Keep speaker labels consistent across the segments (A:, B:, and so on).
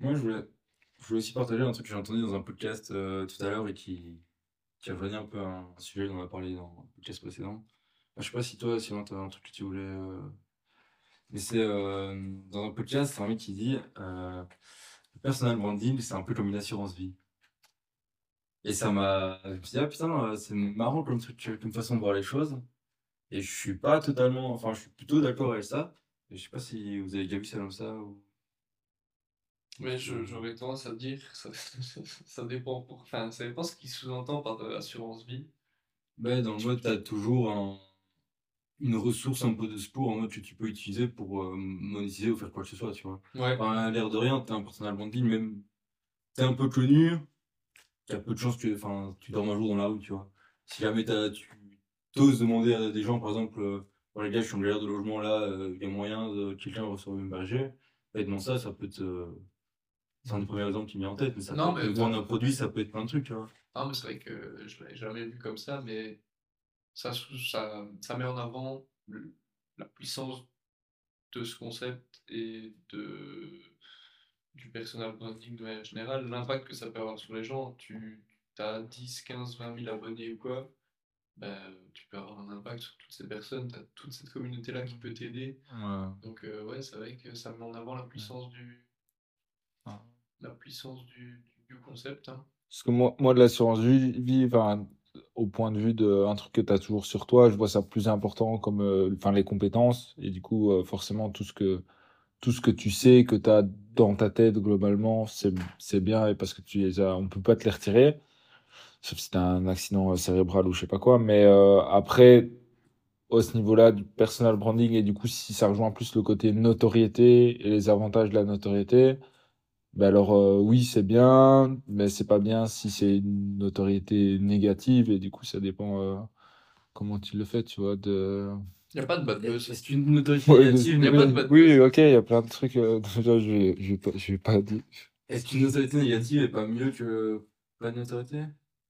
A: Moi, je voulais aussi partager un truc que j'ai entendu dans un podcast tout à l'heure et qui revenait un peu à un sujet dont on a parlé dans le podcast précédent. Je sais pas si toi, sinon, tu as un truc que tu voulais. Mais c'est dans un podcast, c'est un mec qui dit le personal branding, c'est un peu comme une assurance vie. Et ça m'a. Je me suis dit, ah putain, c'est marrant comme truc, comme façon de voir les choses. Et je suis pas totalement. Enfin, je suis plutôt d'accord avec ça. Et je sais pas si vous avez déjà vu ça comme ça ou
B: Mais
A: si vous.
B: j'aurais tendance à dire, ça dépend enfin, ça dépend ce qui sous-entend par de l'assurance vie.
A: Ouais, dans le mode, t'as toujours une ressource un peu de secours en mode que tu peux utiliser pour monétiser ou faire quoi que ce soit, tu vois.
B: Ouais.
A: Enfin, à l'air de rien, t'as un personal branding, même t'es un peu connu, t'as peu de chances que enfin, tu dormes un jour dans la rue, tu vois. Si jamais tu t'oses demander à des gens, par exemple, bon, les gars, je suis en galère de logement là, il y a moyen de quelqu'un reçoit m'héberger, bah, demande ça, ça peut te. C'est un des premiers exemples qui me vient en tête, mais ça peut
B: Non,
A: être
B: mais
A: de vendre un produit, ça peut être plein de trucs, tu vois.
B: non, mais c'est vrai que je l'avais jamais vu comme ça, mais ça met en avant la puissance de ce concept et du personal branding de manière générale, l'impact que ça peut avoir sur les gens. Tu as 10, 15, 20 000 abonnés ou quoi, ben, tu peux avoir un impact sur toutes ces personnes, tu as toute cette communauté-là qui peut t'aider.
A: Ouais.
B: Donc ouais, c'est vrai que ça met en avant
A: Ouais.
B: la puissance du concept, hein.
C: Parce que moi de l'assurance vie, enfin, au point de vue d'un truc que tu as toujours sur toi, je vois ça plus important comme enfin, les compétences. Et du coup, forcément, tout ce que tu sais, que tu as dans ta tête globalement, c'est bien et parce que tu les as, on peut pas te les retirer. Sauf si tu as un accident cérébral ou je sais pas quoi. Mais après, à ce niveau-là, du personal branding, et du coup, si ça rejoint plus le côté notoriété et les avantages de la notoriété, ben alors oui, c'est bien, mais c'est pas bien si c'est une notoriété négative, et du coup, ça dépend comment tu le fais, tu vois, de...
B: Il n'y a pas de bad buzz.
A: Est-ce qu'une autorité
C: Ouais,
A: négative
B: Il n'y
A: n'est
B: a pas de
A: pas.
B: bad
C: oui,
B: buzz.
C: ok, il y a plein de trucs, déjà, je vais pas dire.
A: Est-ce qu'une autorité négative est pas mieux que pas de autorité?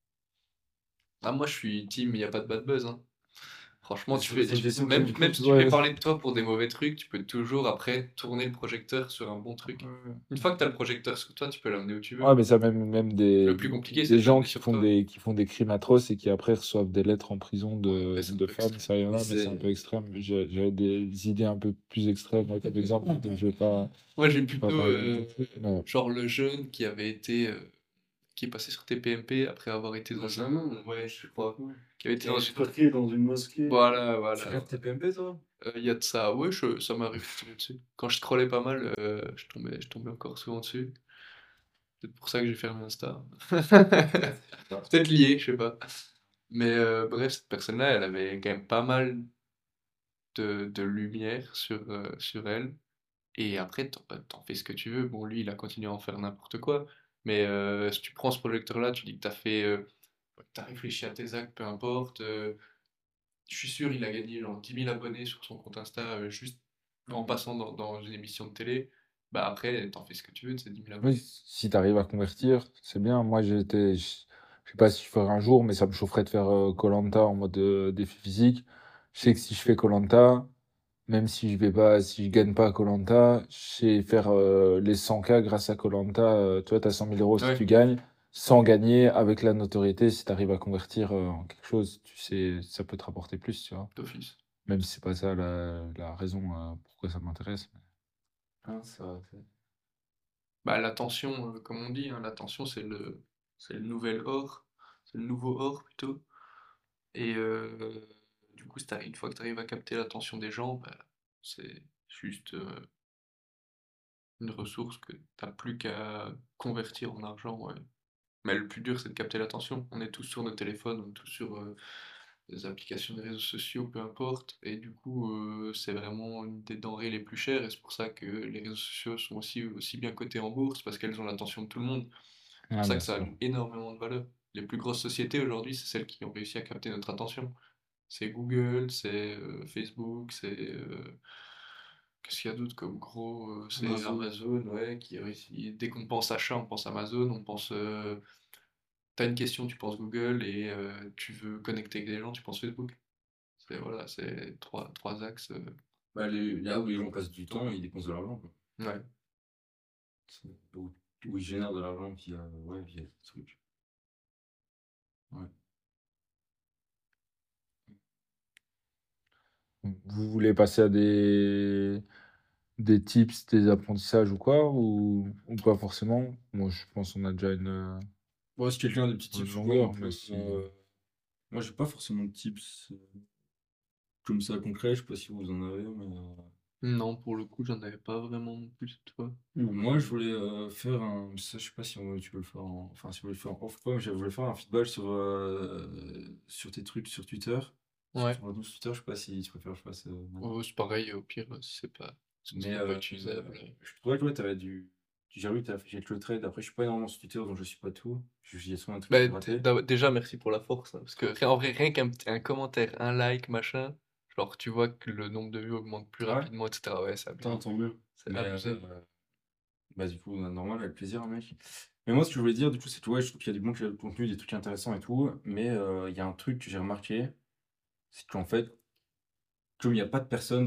B: Ah, moi, je suis team, il n'y a pas de bad buzz, hein. Franchement,
A: C'est une question que
B: même,
A: j'aime
B: même
A: beaucoup.
B: si tu fais
C: Ouais.
B: parler de toi pour des mauvais trucs, tu peux toujours après tourner le projecteur sur un bon truc. Une fois que tu as le projecteur sur toi, tu peux l'amener où tu
C: Ouais,
B: veux.
C: mais ça, même
B: Le plus compliqué, c'est
C: des
B: de
C: gens
B: l'amener sur toi.
C: qui font des crimes atroces et qui après reçoivent des lettres en prison
B: Ouais, après, c'est un
C: de
B: peu
C: femmes,
B: extrême.
C: ça, il y en
A: Mais
C: a, mais c'est un
A: c'est.
C: peu extrême. J'avais des idées un peu plus extrêmes, moi, comme exemple, donc
B: Moi, j'ai
C: je vais pas
B: plutôt,
C: parler de trucs, mais...
B: genre, le jeune qui avait été, qui est passé sur TPMP après avoir été dans
A: Benjamin,
B: ouais, je crois, qui avait été
A: qui
B: dans
A: a
B: une...
A: twerké dans une mosquée.
B: Voilà,
A: Tu
B: voilà.
A: regardes TPMP, toi?
B: Il y a de ça. Ouais, ça m'arrive de tomber dessus. Quand je scrollais pas mal, je tombais encore souvent dessus. Peut-être pour ça que j'ai fermé Insta.
A: Peut-être, je sais pas.
B: Peut-être lié, je sais pas. Mais bref, cette personne-là, elle avait quand même pas mal de lumière sur elle. Et après, t'en fais ce que tu veux. Bon, lui, il a continué à en faire n'importe quoi. Mais si tu prends ce projecteur-là, tu dis que t'as réfléchi à tes actes, peu importe. Je suis sûr, il a gagné genre 10 000 abonnés sur son compte Insta juste en passant dans une émission de télé. Bah après, t'en fais ce que tu veux de ces 10 000
C: Oui,
B: abonnés.
C: si tu arrives à convertir, c'est bien. Moi, je sais pas si je ferai un jour, mais ça me chaufferait de faire koh en mode défi physique. Je sais que si je fais koh même si je vais pas, si je gagne pas à koh je sais faire les 100K grâce à koh tu vois, t'as 100 000 euros si
B: Ouais,
C: tu gagnes, sans gagner avec la notoriété. Si tu arrives à convertir en quelque chose, tu sais, ça peut te rapporter plus, tu vois.
B: d'office.
C: Même si c'est pas ça la raison pourquoi ça m'intéresse.
A: Ah, ça va.
B: Bah l'attention, comme on dit, hein, l'attention c'est le nouvel or, c'est le nouveau or plutôt. Et du coup, une fois que tu arrives à capter l'attention des gens, bah, c'est juste une ressource que t'as plus qu'à convertir en argent, ouais. Mais le plus dur, c'est de capter l'attention. On est tous sur nos téléphones, on est tous sur des applications des réseaux sociaux, peu importe. Et du coup, c'est vraiment une des denrées les plus chères. Et c'est pour ça que les réseaux sociaux sont aussi bien cotés en bourse, parce qu'elles ont l'attention de tout le monde. C'est pour
C: Ouais,
B: ça
C: bien
B: que ça a
C: sûr.
B: énormément de valeur. Les plus grosses sociétés aujourd'hui, c'est celles qui ont réussi à capter notre attention. C'est Google, c'est Facebook, c'est... qu'est-ce qu'il y a d'autre comme gros? C'est
A: Amazon.
B: Amazon, ouais, qui réussit. Dès qu'on pense achat, on pense Amazon, on pense... t'as une question, tu penses Google, et tu veux connecter avec des gens, tu penses Facebook. Voilà, c'est trois axes.
A: Bah, là où les gens passent du temps, ils dépensent de l'argent, quoi.
B: Ouais.
A: C'est beau. où ils génèrent de l'argent via des trucs. Ouais.
C: Vous voulez passer à des tips, des apprentissages ou quoi, ou pas forcément? Moi, je pense qu'on a déjà
A: Moi, si quelqu'un a des petits
C: une
A: tips ou quoi, un
C: longueur,
A: peu,
C: mais si.
A: moi, j'ai pas forcément de tips comme ça concret, je sais pas si vous en avez, mais
B: Non, pour le coup, j'en avais pas vraiment non plus cette fois.
A: moi, je voulais faire ça, je sais pas si tu peux le faire enfin, si vous voulez le faire en off, quoi, mais je voulais faire un feedback sur tes trucs sur Twitter,
B: Ouais.
A: sur ton réseau Twitter, je sais pas si tu préfères que je fasse maintenant.
B: C'est pareil, au pire, si c'est
A: Mais
B: pas utilisable.
A: je trouvais que ouais, t'avais j'ai vu que t'as fait le trade, après, je suis pas énormément sur Twitter, donc je suis pas tout, il y a souvent un truc que
B: Bah,
A: j'ai raté.
B: déjà, merci pour la force, hein, parce que en vrai, rien un commentaire, un like, machin, genre, tu vois que le nombre de vues augmente plus
A: Ah ouais?
B: rapidement, etc. Ouais, c'est abusé.
A: Tant mieux.
B: C'est
A: Mais
B: abusé.
A: bah, du coup, normal, avec plaisir, mec. Mais moi, ce que je voulais dire, du coup, c'est que ouais, je trouve qu'il y a du bon contenu, des trucs intéressants et tout. Mais il y a un truc que j'ai remarqué, c'est qu'en fait, comme il n'y a pas de personnes,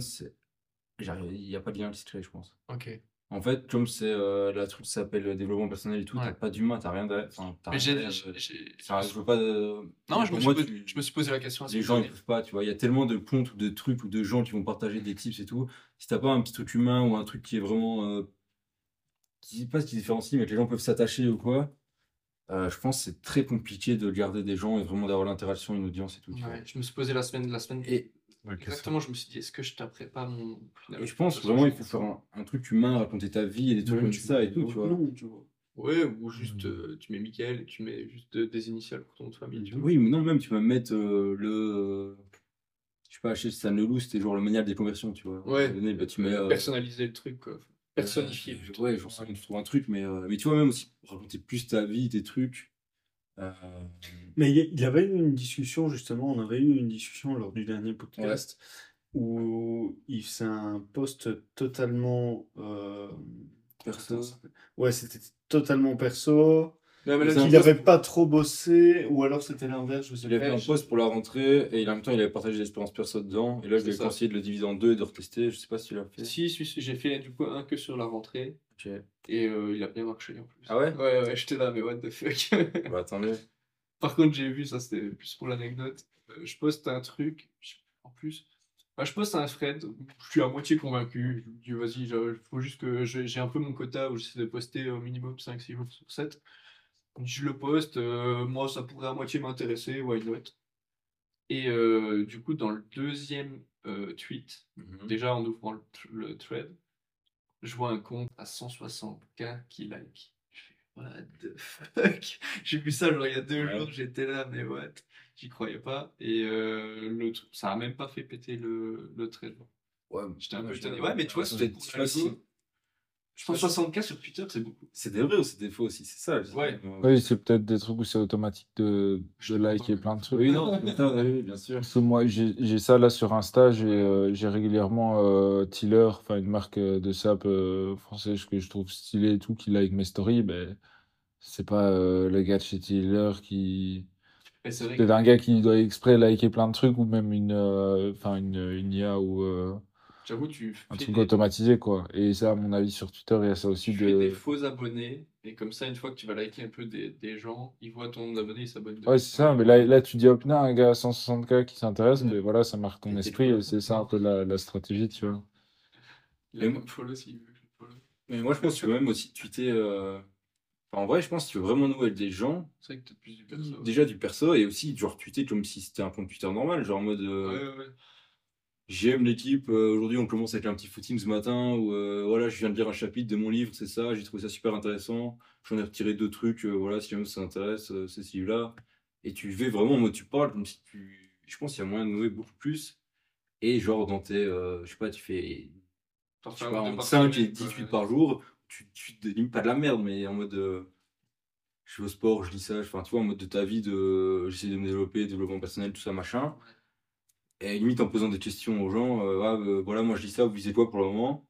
A: il n'y a pas de lien qui se crée, je pense.
B: Ok.
A: En fait, comme c'est la truc qui s'appelle développement personnel et tout, t'as
B: Ouais.
A: pas d'humain, t'as rien derrière. Enfin, t'as
B: Mais
A: rien derrière. Enfin, je veux pas.
B: Non,
A: Pour moi,
B: je me suis posé la question à ce
A: les gens, ils
B: moment-là.
A: peuvent pas, tu vois. Il y a tellement de comptes ou de trucs ou de gens qui vont partager des tips et tout. Si t'as pas un petit truc humain ou un truc qui est vraiment. Qui sais pas ce qui différencie, mais que les gens peuvent s'attacher ou quoi. Je pense que c'est très compliqué de garder des gens et vraiment d'avoir l'interaction, une audience et tout, tu vois.
B: Ouais, je me suis posé la semaine.
A: Et,
B: Exactement, je me suis dit, est-ce que je taperais pas mon.
A: et je pense vraiment il faut faire un truc humain, raconter ta vie et des trucs comme ça et tout, tu vois.
D: Non, tu vois.
B: Ouais, ou juste, tu mets Michael et tu mets juste des initiales pour ton nom de famille, tu vois.
A: Oui, mais non, même tu peux mettre je sais pas, chez Stan Leloup, c'était genre le manuel des conversions, tu vois.
B: Ouais,
A: Bah, tu mets.
B: personnaliser le truc, quoi. Personnifier, plutôt.
A: Ouais, genre ça, tu trouves un truc, mais tu vois, même aussi raconter plus ta vie, tes trucs.
D: Mais il y avait eu une discussion, justement, on avait eu une discussion lors du dernier podcast où il faisait un post totalement.
A: Perso.
D: Ouais, c'était totalement perso.
B: Non, mais là,
A: C'est un
D: Il
A: post-
D: n'avait pas trop bossé, ou alors c'était l'inverse, je sais
A: Il a
D: pas.
A: fait un post pour la rentrée et en même temps il avait partagé l'expérience perso dedans. Et là je
B: C'est
A: lui ai
B: ça.
A: conseillé de le diviser en deux et de retester. Je sais pas si tu l'as fait.
B: Si, j'ai fait du coup un que sur la rentrée,
A: Ok.
B: et il a bien marché en plus.
A: Ah ouais?
B: Ouais, j'étais là, mais what the fuck.
A: Bah tant mieux.
B: Par contre, j'ai vu, ça c'était plus pour l'anecdote, je poste un truc, en plus, je poste un thread, où je suis à moitié convaincu, je me dis vas-y, il faut juste que j'ai un peu mon quota où j'essaie de poster au minimum 5-6 jours sur 7. Je le poste, moi ça pourrait à moitié m'intéresser, why not? Et du coup, dans le deuxième tweet, déjà en ouvrant le thread, je vois un compte à 160K qui like. Je fais, what the fuck? J'ai vu ça genre il y a 2 jours, j'étais là, mais what? J'y croyais pas. Et ça a même pas fait péter le thread.
A: Ouais,
B: J'étais un peu étonné. Ouais, mais tu vois, c'est pour
A: tu vois, si-
B: 160K sur Twitter, c'est beaucoup.
A: c'est des vrais ou c'est des faux aussi, c'est ça.
B: Ouais.
C: Oui, c'est peut-être des trucs où c'est automatique de liker plein de trucs.
A: Oui, non, oui, bien sûr.
C: Parce que moi, j'ai ça là sur Insta, j'ai régulièrement Tiller, enfin une marque de sap française que je trouve stylée et tout, qui like mes stories. Ben, c'est pas le gars de chez Tiller qui.
B: Et c'est vrai
C: C'est
B: que
C: un gars qui doit exprès liker plein de trucs, ou même une IA ou
B: j'avoue, tu
C: un
B: fais
C: truc
B: des,
C: automatisé, quoi. Et ça, à mon avis, sur Twitter, il y a ça aussi
B: tu fais des
C: de.
B: faux abonnés, et comme ça, une fois que tu vas liker un peu des gens, ils voient ton nombre d'abonnés, ils s'abonnent.
C: Ouais, c'est ça, mais là tu dis, oh putain, un gars à 160K qui s'intéresse, mais voilà, ça marque ton
A: Et t'es
C: esprit,
A: cool.
C: et c'est ça un peu la stratégie, tu vois.
B: Il a même follow s'il veut. Follow.
A: Mais moi je pense que tu peux même aussi tweeter. Enfin, en vrai, je pense que tu veux vraiment nouer avec des gens.
B: C'est vrai que t'as plus du perso.
A: Déjà du perso et aussi genre tweeter comme si c'était un compte Twitter normal, genre en mode.
B: Ouais.
A: J'aime l'équipe, aujourd'hui on commence avec un petit footing ce matin, ou voilà, je viens de lire un chapitre de mon livre, c'est ça, j'ai trouvé ça super intéressant, j'en ai retiré 2 trucs, voilà, si jamais ça t'intéresse, c'est celui-là. Et tu fais vraiment en mode, tu parles comme si tu. Je pense qu'il y a moyen de nouer beaucoup plus. Et genre dans tes. Je sais pas, tu fais.
B: T'en
A: Je
B: fais
A: sais
B: un
A: pas,
B: ou deux
A: entre
B: par
A: 5 et
B: semaine,
A: 18
B: quoi.
A: par jour, tu te limite pas de la merde, mais en mode. Je vais au sport, je lis ça, enfin tu vois, en mode de ta vie, j'essaie de me développer, développement personnel, tout ça, machin. Et limite en posant des questions aux gens, voilà, moi je dis ça, vous visez quoi pour le moment?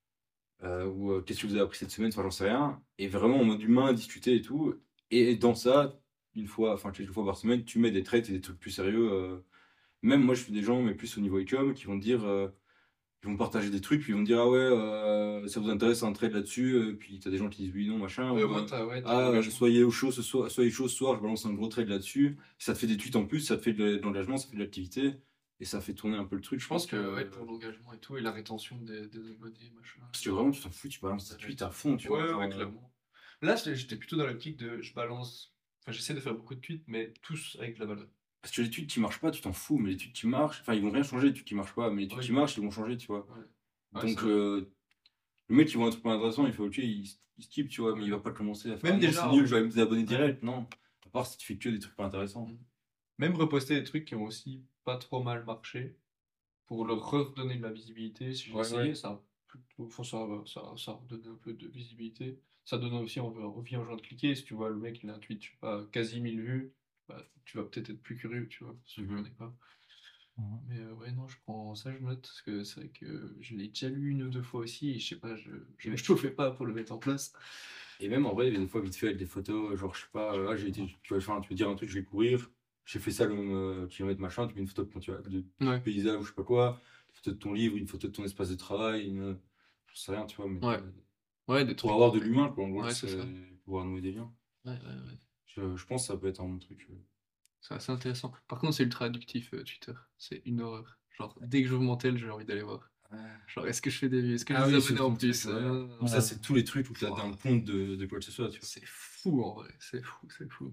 A: Ou qu'est-ce que vous avez appris cette semaine? Enfin, j'en sais rien. Et vraiment en mode humain, discuter et tout. Et dans ça, une fois, enfin quelques fois par semaine, tu mets des traites et des trucs plus sérieux. Même moi, je fais des gens, mais plus au niveau e-com, qui vont te dire Ils vont partager des trucs, puis ils vont dire, ah ouais, ça vous intéresse un trade là-dessus, puis t'as des gens qui disent oui, non, machin.
B: Ouais,
A: Ou,
B: moi, t'as
A: ah,
B: l'engagement.
A: soyez chaud ce soir, je balance un gros trade là-dessus. Ça te fait des tweets en plus, ça te fait de l'engagement, ça fait de l'activité, et ça fait tourner un peu le truc.
B: Je pense que ouais, pour l'engagement et tout, et la rétention des abonnés, machin.
A: Parce que vraiment, tu t'en fous, tu balances ta tweet à fond, tu vois.
B: Ouais,
A: genre,
B: ouais, clairement. Là, j'étais plutôt dans l'optique de je balance. Enfin, j'essaie de faire beaucoup de tweets, mais tous avec de la valeur.
A: Parce que les tweets qui marchent pas, tu t'en fous, mais les tweets qui marchent, enfin, ils vont rien changer, les tweets qui marchent pas, mais les tweets
B: Ouais.
A: qui marchent, ils vont changer, tu vois.
B: Ouais. Ouais,
A: Donc,
B: c'est vrai.
A: le mec qui voit un truc pas intéressant, il fait ok, il skip, tu vois, mais il va pas commencer à faire
B: Même
A: ah non,
B: déjà,
A: c'est nul,
B: ouais.
A: je vais me désabonner direct. Non, à part si tu fais que des trucs pas intéressants.
B: Même reposter des trucs qui ont aussi pas trop mal marché pour leur redonner de la visibilité. Si j'ai
A: Ouais,
B: essayé,
A: ouais.
B: ça, enfin, ça redonne un peu de visibilité. Ça donne aussi envie aux gens de cliquer. Si tu vois le mec, il a un tweet, je sais pas, quasi 1000 vues, bah, tu vas peut-être être plus curieux, tu vois, si tu
A: Mhm.
B: connais pas. Mais ouais, non, je prends ça, je note, parce que c'est vrai que je l'ai déjà lu 1 ou 2 fois aussi, et je sais pas, je me chauffais pas pour le mettre en place.
A: Et même en vrai, il y avait une fois vite fait avec des photos, genre je sais pas, ah, j'ai été, tu veux dire un truc, je vais courir, j'ai fait ça le même kilomètre machin, tu mets une photo de
B: Ouais.
A: paysage ou je sais pas quoi, une photo de ton livre, une photo de ton espace de travail, je sais rien, tu vois, mais
B: Ouais. Ouais, des
A: pour
B: trucs.
A: avoir de l'humain, quoi, en gros,
B: Ouais, c'est ça.
A: pouvoir nouer des liens.
B: Ouais, ouais, ouais.
A: Je pense que ça peut être un bon truc.
B: C'est assez intéressant. Par contre, c'est ultra addictif, Twitter. C'est une horreur. Genre, dès que j'ouvre mon tel, j'ai envie d'aller voir. Genre, est-ce que je fais des vues? Est-ce que
A: Ah
B: j'ai
A: oui,
B: des abonnés en
A: ton
B: plus?
A: truc, ouais.
B: Non,
A: Ça, c'est tous les trucs où tu as
B: Ouah.
A: un compte de quoi que ce soit, tu vois.
B: C'est fou en vrai, c'est fou, c'est fou.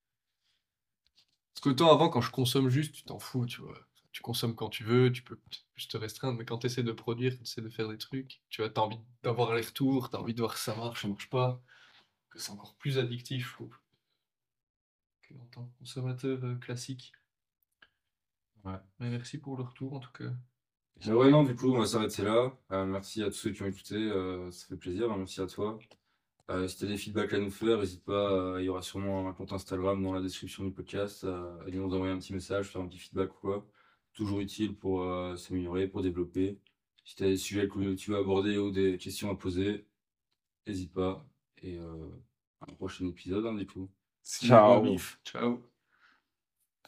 B: Parce qu'autant avant, quand je consomme juste, tu t'en fous, tu vois. Tu consommes quand tu veux, tu peux peut-être plus te restreindre, mais quand tu essaies de produire, tu essaies de faire des trucs, tu vois, t'as envie d'avoir les retours, t'as envie de voir si ça marche pas, que c'est encore plus addictif, je trouve, que en tant que consommateur classique.
A: Ouais.
B: Mais merci pour le retour en tout cas.
A: Mais ouais, non, du coup, on va s'arrêter là. Merci à tous ceux qui ont écouté, ça fait plaisir, hein, merci à toi. Si tu as des feedbacks à nous faire, n'hésite pas, il y aura sûrement un compte Instagram dans la description du podcast. Allez nous envoyer un petit message, faire un petit feedback ou quoi. Toujours utile pour s'améliorer, pour développer. Si tu as des sujets que tu veux aborder ou des questions à poser, n'hésite pas. Et à un prochain épisode, hein, du coup.
C: Ciao.
B: Ciao.